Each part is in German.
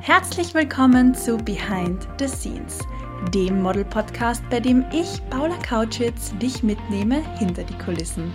Herzlich willkommen zu Behind the Scenes, dem Model-Podcast, bei dem ich, Paula Kautschitz, dich mitnehme hinter die Kulissen.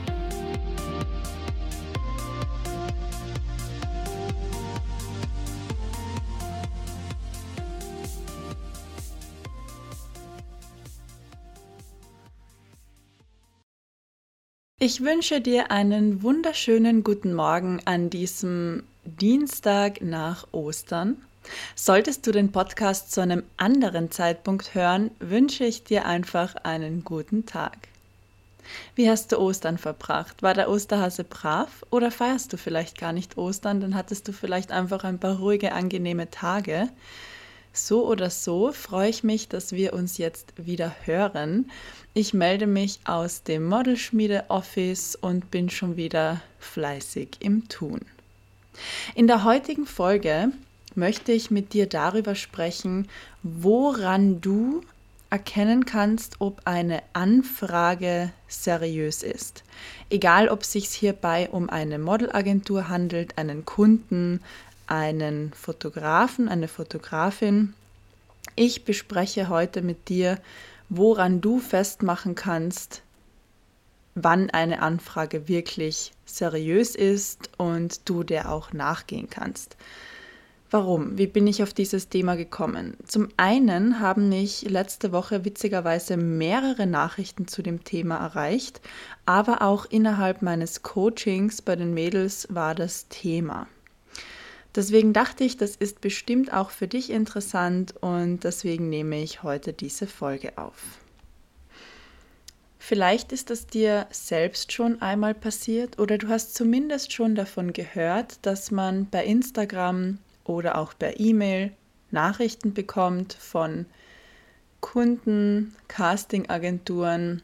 Ich wünsche dir einen wunderschönen guten Morgen an diesem Dienstag nach Ostern. Solltest du den Podcast zu einem anderen Zeitpunkt hören, wünsche ich dir einfach einen guten Tag. Wie hast du Ostern verbracht? War der Osterhase brav oder feierst du vielleicht gar nicht Ostern? Dann hattest du vielleicht einfach ein paar ruhige, angenehme Tage. So oder so freue ich mich, dass wir uns jetzt wieder hören. Ich melde mich aus dem Modelschmiede-Office und bin schon wieder fleißig im Tun. In der heutigen Folge möchte ich mit dir darüber sprechen, woran du erkennen kannst, ob eine Anfrage seriös ist. Egal, ob es sich hierbei um eine Modelagentur handelt, einen Kunden, einen Fotografen, eine Fotografin. Ich bespreche heute mit dir, woran du festmachen kannst, wann eine Anfrage wirklich seriös ist und du der auch nachgehen kannst. Warum? Wie bin ich auf dieses Thema gekommen? Zum einen haben mich letzte Woche witzigerweise mehrere Nachrichten zu dem Thema erreicht, aber auch innerhalb meines Coachings bei den Mädels war das Thema. Deswegen dachte ich, das ist bestimmt auch für dich interessant und deswegen nehme ich heute diese Folge auf. Vielleicht ist es dir selbst schon einmal passiert oder du hast zumindest schon davon gehört, dass man bei Instagram oder auch per E-Mail Nachrichten bekommt von Kunden, Castingagenturen,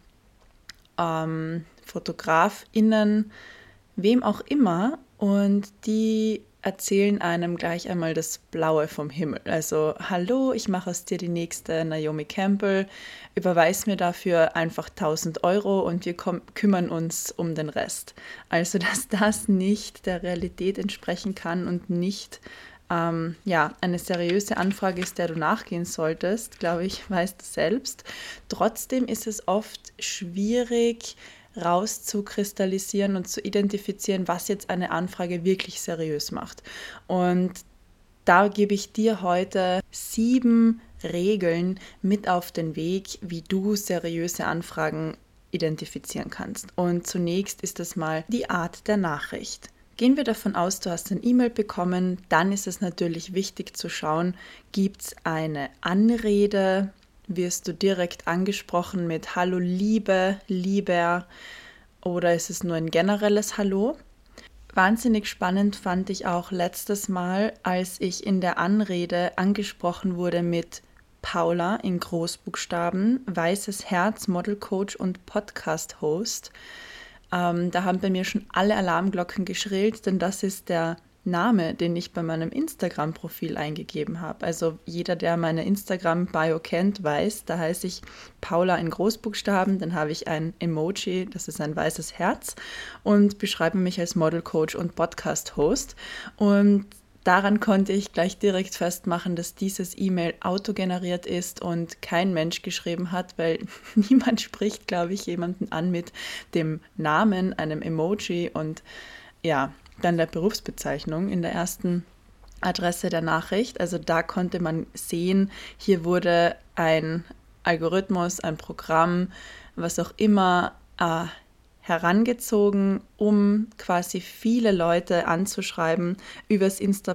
FotografInnen, wem auch immer, und die erzählen einem gleich einmal das Blaue vom Himmel. Also, hallo, ich mache aus dir die nächste Naomi Campbell, überweis mir dafür einfach 1.000 Euro und wir kümmern uns um den Rest. Also, dass das nicht der Realität entsprechen kann und nicht eine seriöse Anfrage ist, der du nachgehen solltest, glaube ich, weißt du selbst. Trotzdem ist es oft schwierig, rauszukristallisieren und zu identifizieren, was jetzt eine Anfrage wirklich seriös macht. Und da gebe ich dir heute 7 Regeln mit auf den Weg, wie du seriöse Anfragen identifizieren kannst. Und zunächst ist es mal die Art der Nachricht. Gehen wir davon aus, du hast ein E-Mail bekommen, dann ist es natürlich wichtig zu schauen, gibt es eine Anrede, wirst du direkt angesprochen mit Hallo Liebe, Lieber, oder ist es nur ein generelles Hallo? Wahnsinnig spannend fand ich auch letztes Mal, als ich in der Anrede angesprochen wurde mit Paula in Großbuchstaben, weißes Herz, Modelcoach und Podcast-Host. Da haben bei mir schon alle Alarmglocken geschrillt, denn das ist der Name, den ich bei meinem Instagram-Profil eingegeben habe. Also jeder, der meine Instagram-Bio kennt, weiß, da heiße ich Paula in Großbuchstaben, dann habe ich ein Emoji, das ist ein weißes Herz, und beschreibe mich als Modelcoach und Podcast-Host. Und daran konnte ich gleich direkt festmachen, dass dieses E-Mail autogeneriert ist und kein Mensch geschrieben hat, weil niemand spricht, glaube ich, jemanden an mit dem Namen, einem Emoji und ja, dann der Berufsbezeichnung in der ersten Adresse der Nachricht. Also da konnte man sehen, hier wurde ein Algorithmus, ein Programm, was auch immer, herangezogen, um quasi viele Leute anzuschreiben über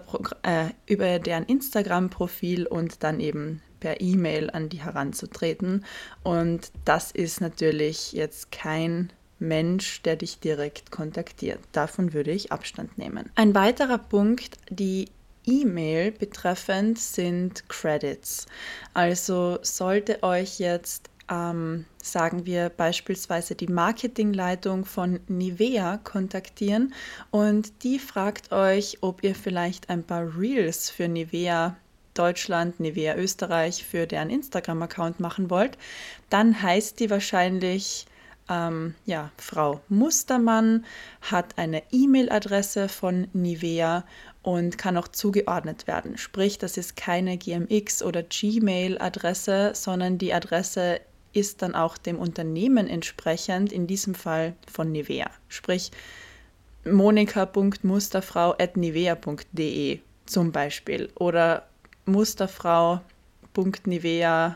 deren Instagram-Profil und dann eben per E-Mail an die heranzutreten. Und das ist natürlich jetzt kein Mensch, der dich direkt kontaktiert. Davon würde ich Abstand nehmen. Ein weiterer Punkt, die E-Mail betreffend, sind Credits. Also sollte euch jetzt sagen wir beispielsweise die Marketingleitung von Nivea kontaktieren und die fragt euch, ob ihr vielleicht ein paar Reels für Nivea Deutschland, Nivea Österreich für deren Instagram-Account machen wollt, dann heißt die wahrscheinlich Frau Mustermann hat eine E-Mail-Adresse von Nivea und kann auch zugeordnet werden. Sprich, das ist keine GMX- oder Gmail-Adresse, sondern die Adresse ist dann auch dem Unternehmen entsprechend, in diesem Fall von Nivea. Sprich, monika.musterfrau@nivea.de zum Beispiel oder musterfrau.nivea@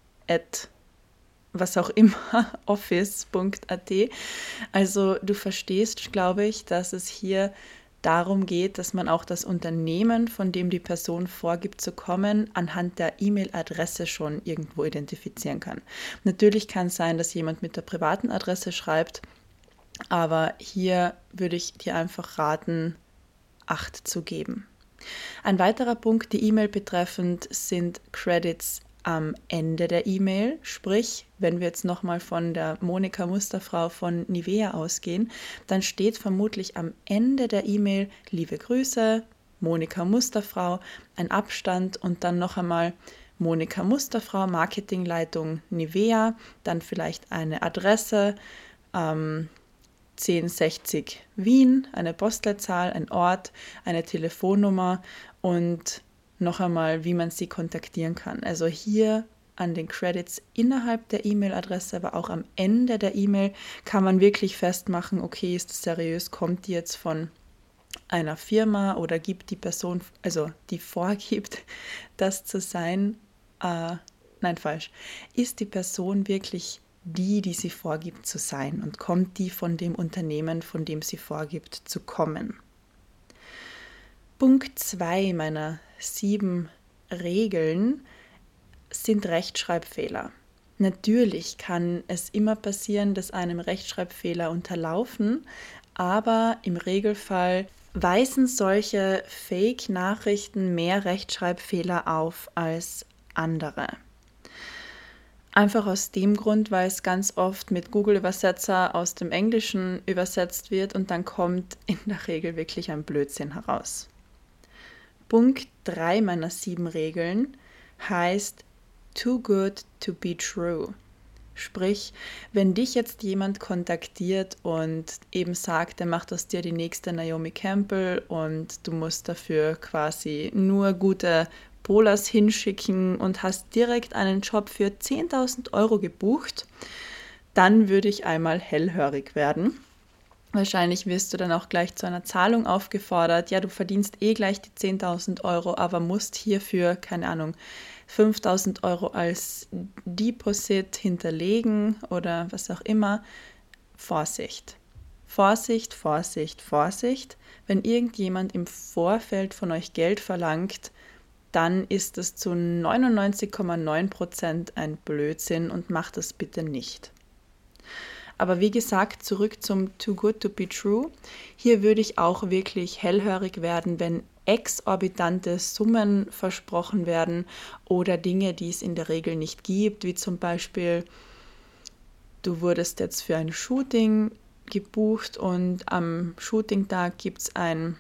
was auch immer, office.at. Also du verstehst, glaube ich, dass es hier darum geht, dass man auch das Unternehmen, von dem die Person vorgibt zu kommen, anhand der E-Mail-Adresse schon irgendwo identifizieren kann. Natürlich kann es sein, dass jemand mit der privaten Adresse schreibt, aber hier würde ich dir einfach raten, Acht zu geben. Ein weiterer Punkt, die E-Mail betreffend, sind Credits am Ende der E-Mail. Sprich, wenn wir jetzt nochmal von der Monika Musterfrau von Nivea ausgehen, dann steht vermutlich am Ende der E-Mail liebe Grüße, Monika Musterfrau, ein Abstand und dann noch einmal Monika Musterfrau, Marketingleitung Nivea, dann vielleicht eine Adresse, 1060 Wien, eine Postleitzahl, ein Ort, eine Telefonnummer und noch einmal, wie man sie kontaktieren kann. Also hier an den Credits innerhalb der E-Mail-Adresse, aber auch am Ende der E-Mail kann man wirklich festmachen, okay, ist es seriös, kommt die jetzt von einer Firma oder gibt die Person, also die vorgibt, das zu sein, ist die Person wirklich die sie vorgibt zu sein und kommt die von dem Unternehmen, von dem sie vorgibt zu kommen. Punkt 2 meiner 7 Regeln sind Rechtschreibfehler. Natürlich kann es immer passieren, dass einem Rechtschreibfehler unterlaufen, aber im Regelfall weisen solche Fake-Nachrichten mehr Rechtschreibfehler auf als andere. Einfach aus dem Grund, weil es ganz oft mit Google-Übersetzer aus dem Englischen übersetzt wird und dann kommt in der Regel wirklich ein Blödsinn heraus. Punkt 3 meiner 7 Regeln heißt too good to be true. Sprich, wenn dich jetzt jemand kontaktiert und eben sagt, er macht aus dir die nächste Naomi Campbell und du musst dafür quasi nur gute Polas hinschicken und hast direkt einen Job für 10.000 Euro gebucht, dann würde ich einmal hellhörig werden. Wahrscheinlich wirst du dann auch gleich zu einer Zahlung aufgefordert. Ja, du verdienst gleich die 10.000 Euro, aber musst hierfür, keine Ahnung, 5.000 Euro als Deposit hinterlegen oder was auch immer. Vorsicht. Vorsicht, Vorsicht, Vorsicht. Wenn irgendjemand im Vorfeld von euch Geld verlangt, dann ist es zu 99,9% ein Blödsinn und macht das bitte nicht. Aber wie gesagt, zurück zum Too Good to be True. Hier würde ich auch wirklich hellhörig werden, wenn exorbitante Summen versprochen werden oder Dinge, die es in der Regel nicht gibt, wie zum Beispiel, du wurdest jetzt für ein Shooting gebucht und am Shootingtag gibt es ein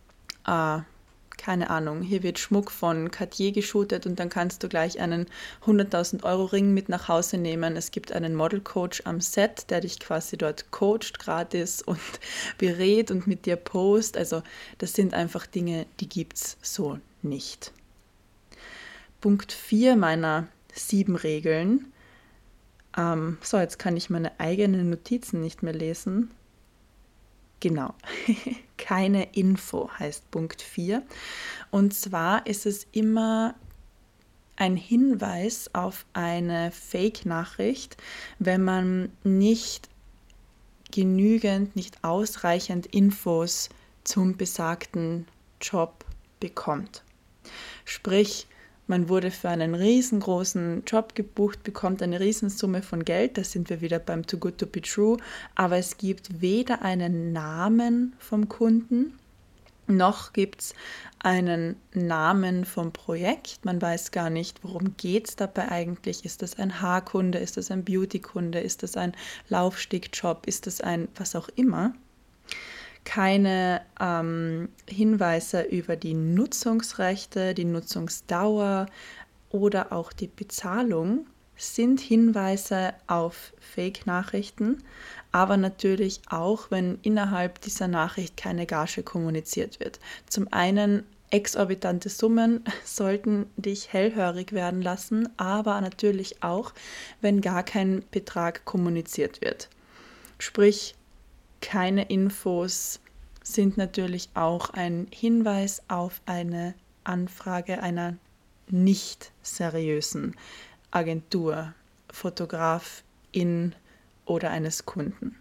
keine Ahnung, hier wird Schmuck von Cartier geshootet und dann kannst du gleich einen 100.000 Euro Ring mit nach Hause nehmen. Es gibt einen Model-Coach am Set, der dich quasi dort coacht gratis und berät und mit dir post. Also das sind einfach Dinge, die gibt's so nicht. Punkt 4 meiner 7 Regeln. Jetzt kann ich meine eigenen Notizen nicht mehr lesen. Genau, keine Info heißt Punkt 4. Und zwar ist es immer ein Hinweis auf eine Fake-Nachricht, wenn man nicht genügend, nicht ausreichend Infos zum besagten Job bekommt. Sprich, man wurde für einen riesengroßen Job gebucht, bekommt eine Riesensumme von Geld, da sind wir wieder beim Too Good to be True, aber es gibt weder einen Namen vom Kunden, noch gibt es einen Namen vom Projekt. Man weiß gar nicht, worum geht es dabei eigentlich. Ist das ein Haarkunde, ist das ein Beautykunde, ist das ein Laufstickjob, ist das ein was auch immer. Keine Hinweise über die Nutzungsrechte, die Nutzungsdauer oder auch die Bezahlung. sind Hinweise auf Fake-Nachrichten, aber natürlich auch, wenn innerhalb dieser Nachricht keine Gage kommuniziert wird. Zum einen exorbitante Summen sollten dich hellhörig werden lassen, aber natürlich auch, wenn gar kein Betrag kommuniziert wird. Sprich, keine Infos sind natürlich auch ein Hinweis auf eine Anfrage einer nicht seriösen Agentur, Fotografin oder eines Kunden.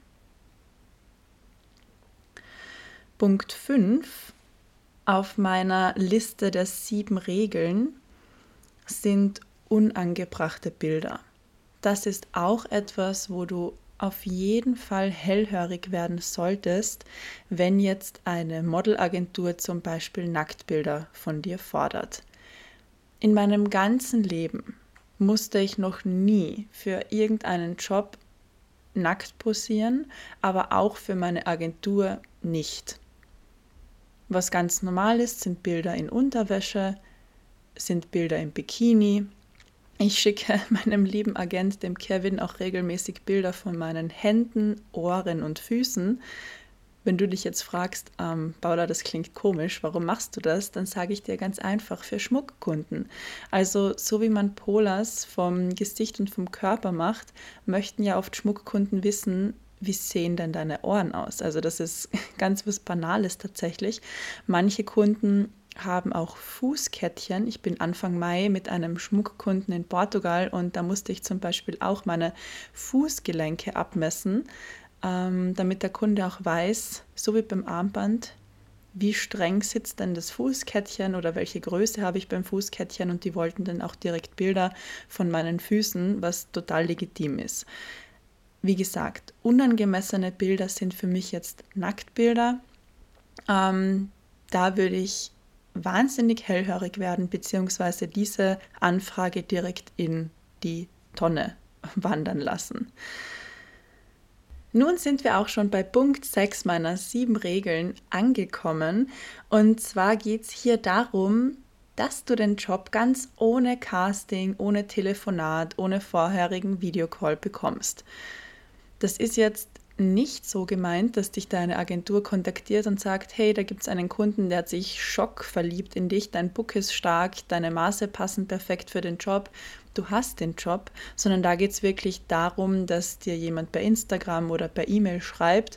Punkt 5 auf meiner Liste der 7 Regeln sind unangebrachte Bilder. Das ist auch etwas, wo du auf jeden Fall hellhörig werden solltest, wenn jetzt eine Modelagentur zum Beispiel Nacktbilder von dir fordert. In meinem ganzen Leben musste ich noch nie für irgendeinen Job nackt posieren, aber auch für meine Agentur nicht. Was ganz normal ist, sind Bilder in Unterwäsche, sind Bilder im Bikini. Ich schicke meinem lieben Agent, dem Kevin, auch regelmäßig Bilder von meinen Händen, Ohren und Füßen. Wenn du dich jetzt fragst, Paula, das klingt komisch, warum machst du das? Dann sage ich dir ganz einfach, für Schmuckkunden. Also so wie man Polars vom Gesicht und vom Körper macht, möchten ja oft Schmuckkunden wissen, wie sehen denn deine Ohren aus? Also das ist ganz was Banales tatsächlich. Manche Kunden haben auch Fußkettchen. Ich bin Anfang Mai mit einem Schmuckkunden in Portugal und da musste ich zum Beispiel auch meine Fußgelenke abmessen, damit der Kunde auch weiß, so wie beim Armband, wie streng sitzt denn das Fußkettchen oder welche Größe habe ich beim Fußkettchen, und die wollten dann auch direkt Bilder von meinen Füßen, was total legitim ist. Wie gesagt, unangemessene Bilder sind für mich jetzt Nacktbilder. Da würde ich wahnsinnig hellhörig werden, beziehungsweise diese Anfrage direkt in die Tonne wandern lassen. Nun sind wir auch schon bei Punkt 6 meiner 7 Regeln angekommen. Und zwar geht es hier darum, dass du den Job ganz ohne Casting, ohne Telefonat, ohne vorherigen Videocall bekommst. Das ist jetzt nicht so gemeint, dass dich deine Agentur kontaktiert und sagt, hey, da gibt es einen Kunden, der hat sich schockverliebt in dich, dein Book ist stark, deine Maße passen perfekt für den Job, du hast den Job, sondern da geht es wirklich darum, dass dir jemand bei Instagram oder per E-Mail schreibt,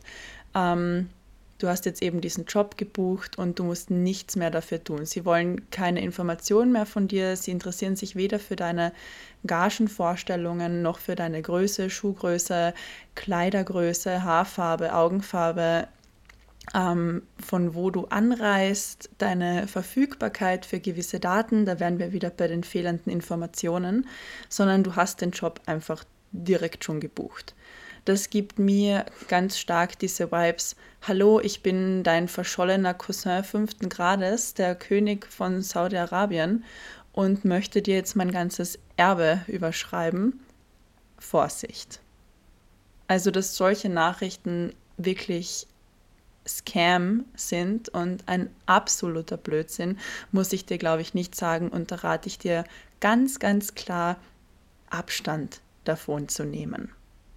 du hast jetzt eben diesen Job gebucht und du musst nichts mehr dafür tun. Sie wollen keine Informationen mehr von dir, sie interessieren sich weder für deine Gagenvorstellungen noch für deine Größe, Schuhgröße, Kleidergröße, Haarfarbe, Augenfarbe, von wo du anreist, deine Verfügbarkeit für gewisse Daten, da wären wir wieder bei den fehlenden Informationen, sondern du hast den Job einfach direkt schon gebucht. Das gibt mir ganz stark diese Vibes, hallo, ich bin dein verschollener Cousin 5. Grades, der König von Saudi-Arabien und möchte dir jetzt mein ganzes Erbe überschreiben. Vorsicht. Also, dass solche Nachrichten wirklich Scam sind und ein absoluter Blödsinn, muss ich dir, glaube ich, nicht sagen, und da rate ich dir ganz, ganz klar, Abstand davon zu nehmen.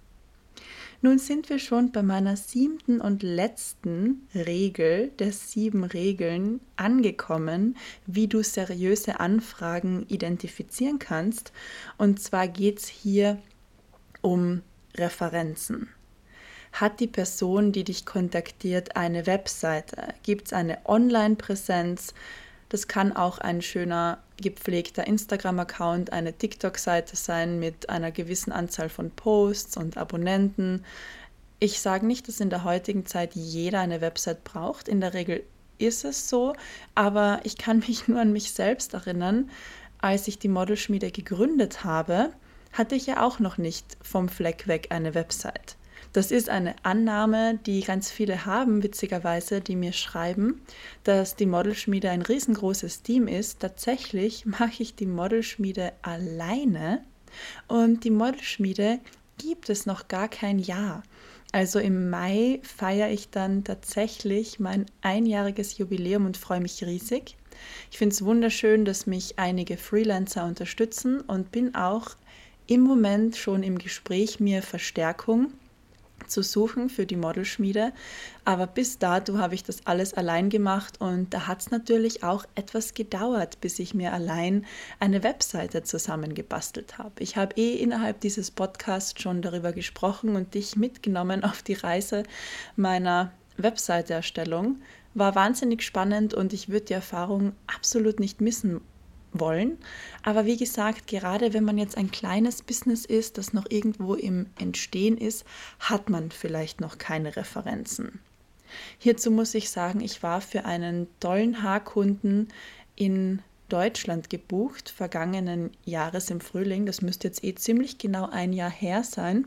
Nun sind wir schon bei meiner 7. und letzten Regel der 7 Regeln angekommen, wie du seriöse Anfragen identifizieren kannst. Und zwar geht es hier um Referenzen. Hat die Person, die dich kontaktiert, eine Webseite? Gibt es eine Online-Präsenz? Das kann auch ein schöner, gepflegter Instagram-Account, eine TikTok-Seite sein mit einer gewissen Anzahl von Posts und Abonnenten. Ich sage nicht, dass in der heutigen Zeit jeder eine Website braucht. In der Regel ist es so, aber ich kann mich nur an mich selbst erinnern, als ich die Modelschmiede gegründet habe, hatte ich ja auch noch nicht vom Fleck weg eine Website. Das ist eine Annahme, die ganz viele haben, witzigerweise, die mir schreiben, dass die Modelschmiede ein riesengroßes Team ist. Tatsächlich mache ich die Modelschmiede alleine und die Modelschmiede gibt es noch gar kein Jahr. Also im Mai feiere ich dann tatsächlich mein einjähriges Jubiläum und freue mich riesig. Ich finde es wunderschön, dass mich einige Freelancer unterstützen und bin auch im Moment schon im Gespräch, mir Verstärkung zu suchen für die Modelschmiede, aber bis dato habe ich das alles allein gemacht und da hat es natürlich auch etwas gedauert, bis ich mir allein eine Webseite zusammengebastelt habe. Ich habe innerhalb dieses Podcasts schon darüber gesprochen und dich mitgenommen auf die Reise meiner Webseite-Erstellung. War wahnsinnig spannend und ich würde die Erfahrung absolut nicht missen wollen. Aber wie gesagt, gerade wenn man jetzt ein kleines Business ist, das noch irgendwo im Entstehen ist, hat man vielleicht noch keine Referenzen. Hierzu muss ich sagen, ich war für einen tollen Haarkunden in Deutschland gebucht, vergangenen Jahres im Frühling. Das müsste jetzt ziemlich genau ein Jahr her sein.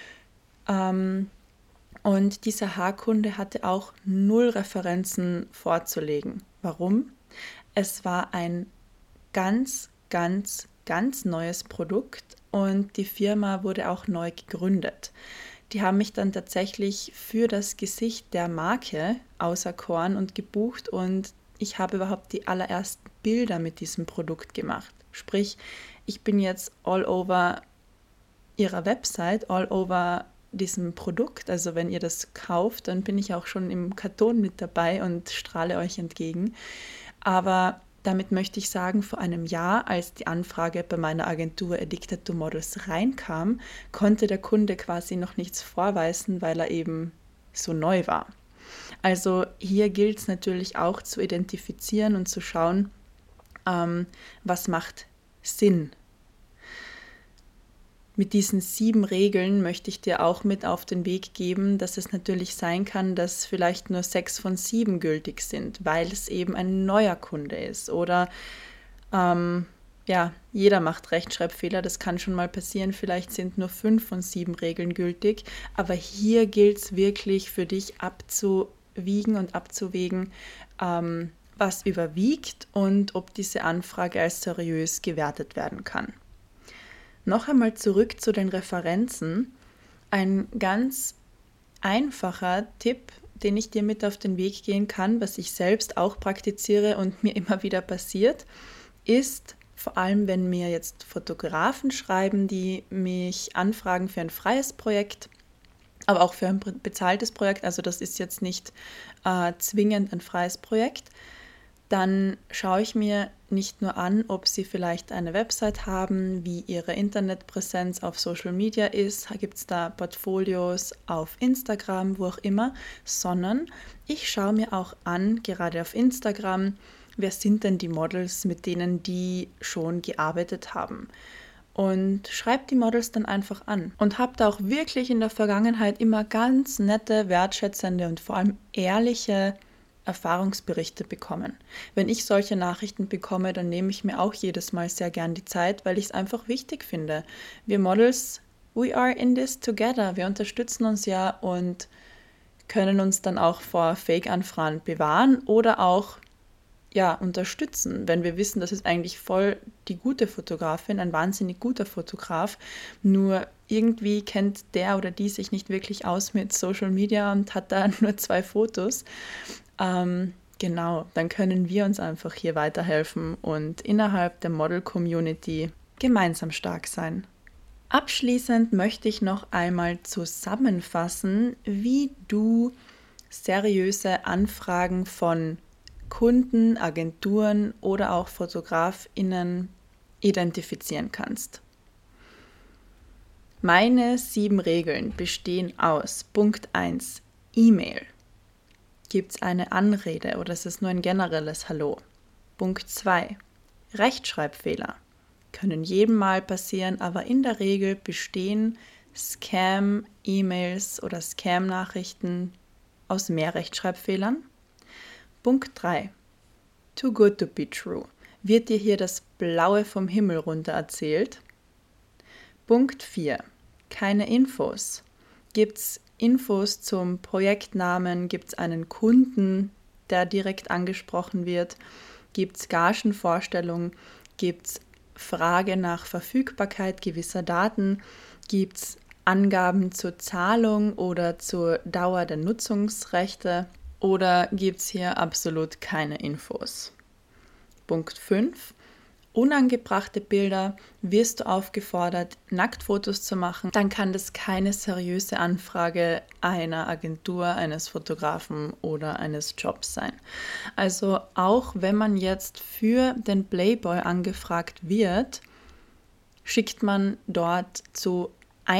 Und dieser Haarkunde hatte auch 0 Referenzen vorzulegen. Warum? Es war ein ganz, ganz, ganz neues Produkt und die Firma wurde auch neu gegründet. Die haben mich dann tatsächlich für das Gesicht der Marke auserkoren und gebucht und ich habe überhaupt die allerersten Bilder mit diesem Produkt gemacht. Sprich, ich bin jetzt all over ihrer Website, all over diesem Produkt. Also wenn ihr das kauft, dann bin ich auch schon im Karton mit dabei und strahle euch entgegen. Aber damit möchte ich sagen, vor einem Jahr, als die Anfrage bei meiner Agentur Addicted to Models reinkam, konnte der Kunde quasi noch nichts vorweisen, weil er eben so neu war. Also hier gilt es natürlich auch zu identifizieren und zu schauen, was macht Sinn. Mit diesen 7 Regeln möchte ich dir auch mit auf den Weg geben, dass es natürlich sein kann, dass vielleicht nur 6 von 7 gültig sind, weil es eben ein neuer Kunde ist. Oder jeder macht Rechtschreibfehler, das kann schon mal passieren. Vielleicht sind nur 5 von 7 Regeln gültig. Aber hier gilt es wirklich für dich abzuwiegen und abzuwägen, was überwiegt und ob diese Anfrage als seriös gewertet werden kann. Noch einmal zurück zu den Referenzen. Ein ganz einfacher Tipp, den ich dir mit auf den Weg gehen kann, was ich selbst auch praktiziere und mir immer wieder passiert, ist, vor allem wenn mir jetzt Fotografen schreiben, die mich anfragen für ein freies Projekt, aber auch für ein bezahltes Projekt, also das ist jetzt nicht zwingend ein freies Projekt, dann schaue ich mir nicht nur an, ob sie vielleicht eine Website haben, wie ihre Internetpräsenz auf Social Media ist, gibt es da Portfolios auf Instagram, wo auch immer, sondern ich schaue mir auch an, gerade auf Instagram, wer sind denn die Models, mit denen die schon gearbeitet haben. Und schreibt die Models dann einfach an. Und habe da auch wirklich in der Vergangenheit immer ganz nette, wertschätzende und vor allem ehrliche Erfahrungsberichte bekommen. Wenn ich solche Nachrichten bekomme, dann nehme ich mir auch jedes Mal sehr gern die Zeit, weil ich es einfach wichtig finde. Wir Models, we are in this together. Wir unterstützen uns ja und können uns dann auch vor Fake-Anfragen bewahren oder auch unterstützen, wenn wir wissen, das ist eigentlich voll die gute Fotografin, ein wahnsinnig guter Fotograf, nur irgendwie kennt der oder die sich nicht wirklich aus mit Social Media und hat da nur 2 Fotos. Genau, dann können wir uns einfach hier weiterhelfen und innerhalb der Model-Community gemeinsam stark sein. Abschließend möchte ich noch einmal zusammenfassen, wie du seriöse Anfragen von Kunden, Agenturen oder auch FotografInnen identifizieren kannst. Meine 7 Regeln bestehen aus Punkt 1, E-Mail. Gibt es eine Anrede oder ist es nur ein generelles Hallo? Punkt 2, Rechtschreibfehler. Können jedem Mal passieren, aber in der Regel bestehen Scam-E-Mails oder Scam-Nachrichten aus mehr Rechtschreibfehlern. Punkt 3. Too good to be true. Wird dir hier das Blaue vom Himmel runter erzählt? Punkt 4. Keine Infos. Gibt es Infos zum Projektnamen? Gibt es einen Kunden, der direkt angesprochen wird? Gibt es Gagenvorstellungen? Gibt es Frage nach Verfügbarkeit gewisser Daten? Gibt es Angaben zur Zahlung oder zur Dauer der Nutzungsrechte? Oder gibt es hier absolut keine Infos? Punkt 5. unangebrachte Bilder, wirst du aufgefordert, Nacktfotos zu machen, dann kann das keine seriöse Anfrage einer Agentur, eines Fotografen oder eines Jobs sein. Also auch wenn man jetzt für den Playboy angefragt wird, schickt man dort zu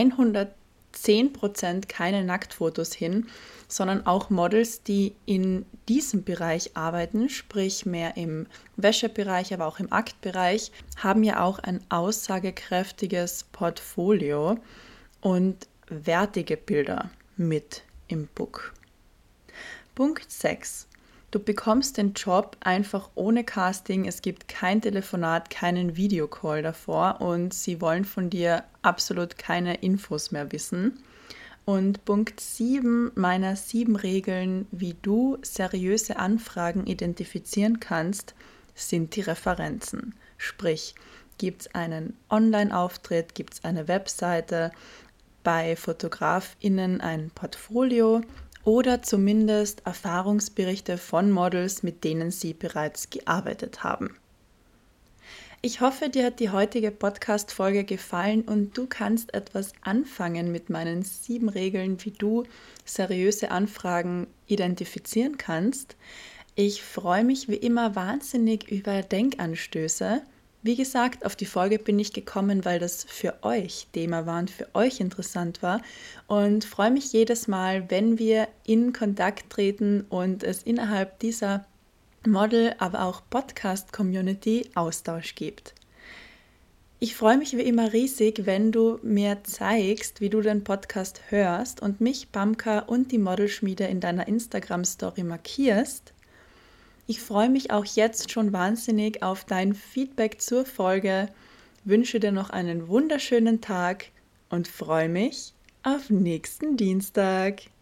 110% keine Nacktfotos hin, sondern auch Models, die in diesem Bereich arbeiten, sprich mehr im Wäschebereich, aber auch im Aktbereich, haben ja auch ein aussagekräftiges Portfolio und wertige Bilder mit im Book. Punkt 6. Du bekommst den Job einfach ohne Casting, es gibt kein Telefonat, keinen Videocall davor und sie wollen von dir absolut keine Infos mehr wissen. Und Punkt 7 meiner 7 Regeln, wie du seriöse Anfragen identifizieren kannst, sind die Referenzen. Sprich, gibt es einen Online-Auftritt, gibt es eine Webseite, bei FotografInnen ein Portfolio oder zumindest Erfahrungsberichte von Models, mit denen sie bereits gearbeitet haben. Ich hoffe, dir hat die heutige Podcast-Folge gefallen und du kannst etwas anfangen mit meinen 7 Regeln, wie du seriöse Anfragen identifizieren kannst. Ich freue mich wie immer wahnsinnig über Denkanstöße. Wie gesagt, auf die Folge bin ich gekommen, weil das für euch Thema war und für euch interessant war und freue mich jedes Mal, wenn wir in Kontakt treten und es innerhalb dieser Model, aber auch Podcast-Community Austausch gibt. Ich freue mich wie immer riesig, wenn du mir zeigst, wie du den Podcast hörst und mich, Pamka und die Modelschmiede in deiner Instagram-Story markierst. Ich freue mich auch jetzt schon wahnsinnig auf dein Feedback zur Folge, wünsche dir noch einen wunderschönen Tag und freue mich auf nächsten Dienstag.